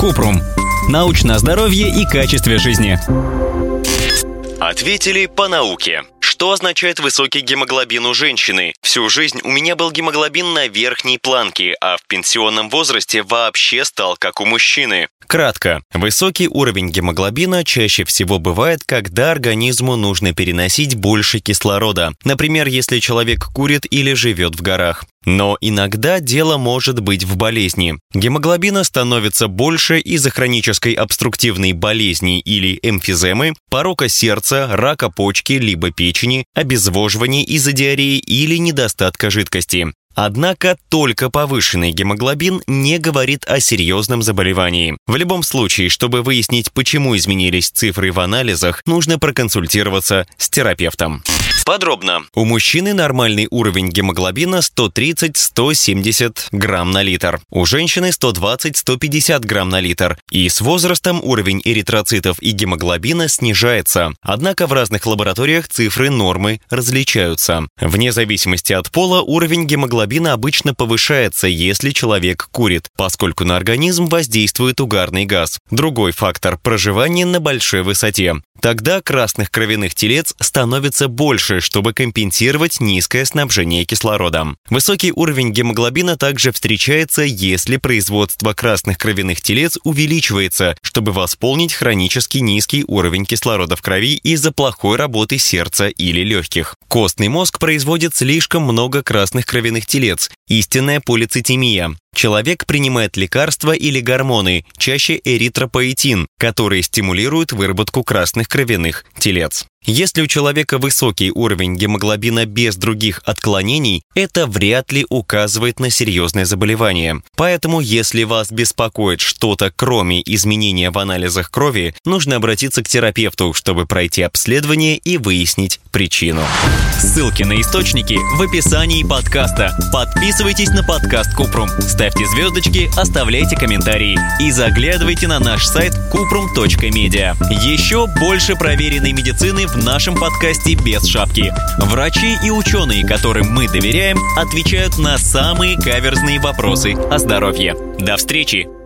Купрум. Научное здоровье и качестве жизни. Ответили по науке. Что означает высокий гемоглобин у женщины? Всю жизнь у меня был гемоглобин на верхней планке, а в пенсионном возрасте вообще стал как у мужчины. Кратко. Высокий уровень гемоглобина чаще всего бывает, когда организму нужно переносить больше кислорода. Например, если человек курит или живет в горах. Но иногда дело может быть в болезни. Гемоглобина становится больше из-за хронической обструктивной болезни или эмфиземы, порока сердца, рака почки либо печени, обезвоживания из-за диареи или недостатка жидкости. Однако только повышенный гемоглобин не говорит о серьезном заболевании. В любом случае, чтобы выяснить, почему изменились цифры в анализах, нужно проконсультироваться с терапевтом. Подробно. У мужчины нормальный уровень гемоглобина 130-170 грамм на литр. У женщины 120-150 грамм на литр. И с возрастом уровень эритроцитов и гемоглобина снижается. Однако в разных лабораториях цифры нормы различаются. Вне зависимости от пола уровень гемоглобина обычно повышается, если человек курит, поскольку на организм воздействует угарный газ. Другой фактор – проживание на большой высоте. Тогда красных кровяных телец становится больше, чтобы компенсировать низкое снабжение кислородом. Высокий уровень гемоглобина также встречается, если производство красных кровяных телец увеличивается, чтобы восполнить хронически низкий уровень кислорода в крови из-за плохой работы сердца или легких. Костный мозг производит слишком много красных кровяных телец, истинная полицитемия. Человек принимает лекарства или гормоны, чаще эритропоэтин, которые стимулируют выработку красных кровяных телец. Если у человека высокий уровень гемоглобина без других отклонений, это вряд ли указывает на серьезное заболевание. Поэтому, если вас беспокоит что-то кроме изменения в анализах крови, нужно обратиться к терапевту, чтобы пройти обследование и выяснить причину. Ссылки на источники в описании подкаста. Подписывайтесь на подкаст Купрум, ставьте звездочки, оставляйте комментарии и заглядывайте на наш сайт kuprum.media. Еще больше проверенной медицины в нашем подкасте без шапки. Врачи и ученые, которым мы доверяем, отвечают на самые каверзные вопросы о здоровье. До встречи!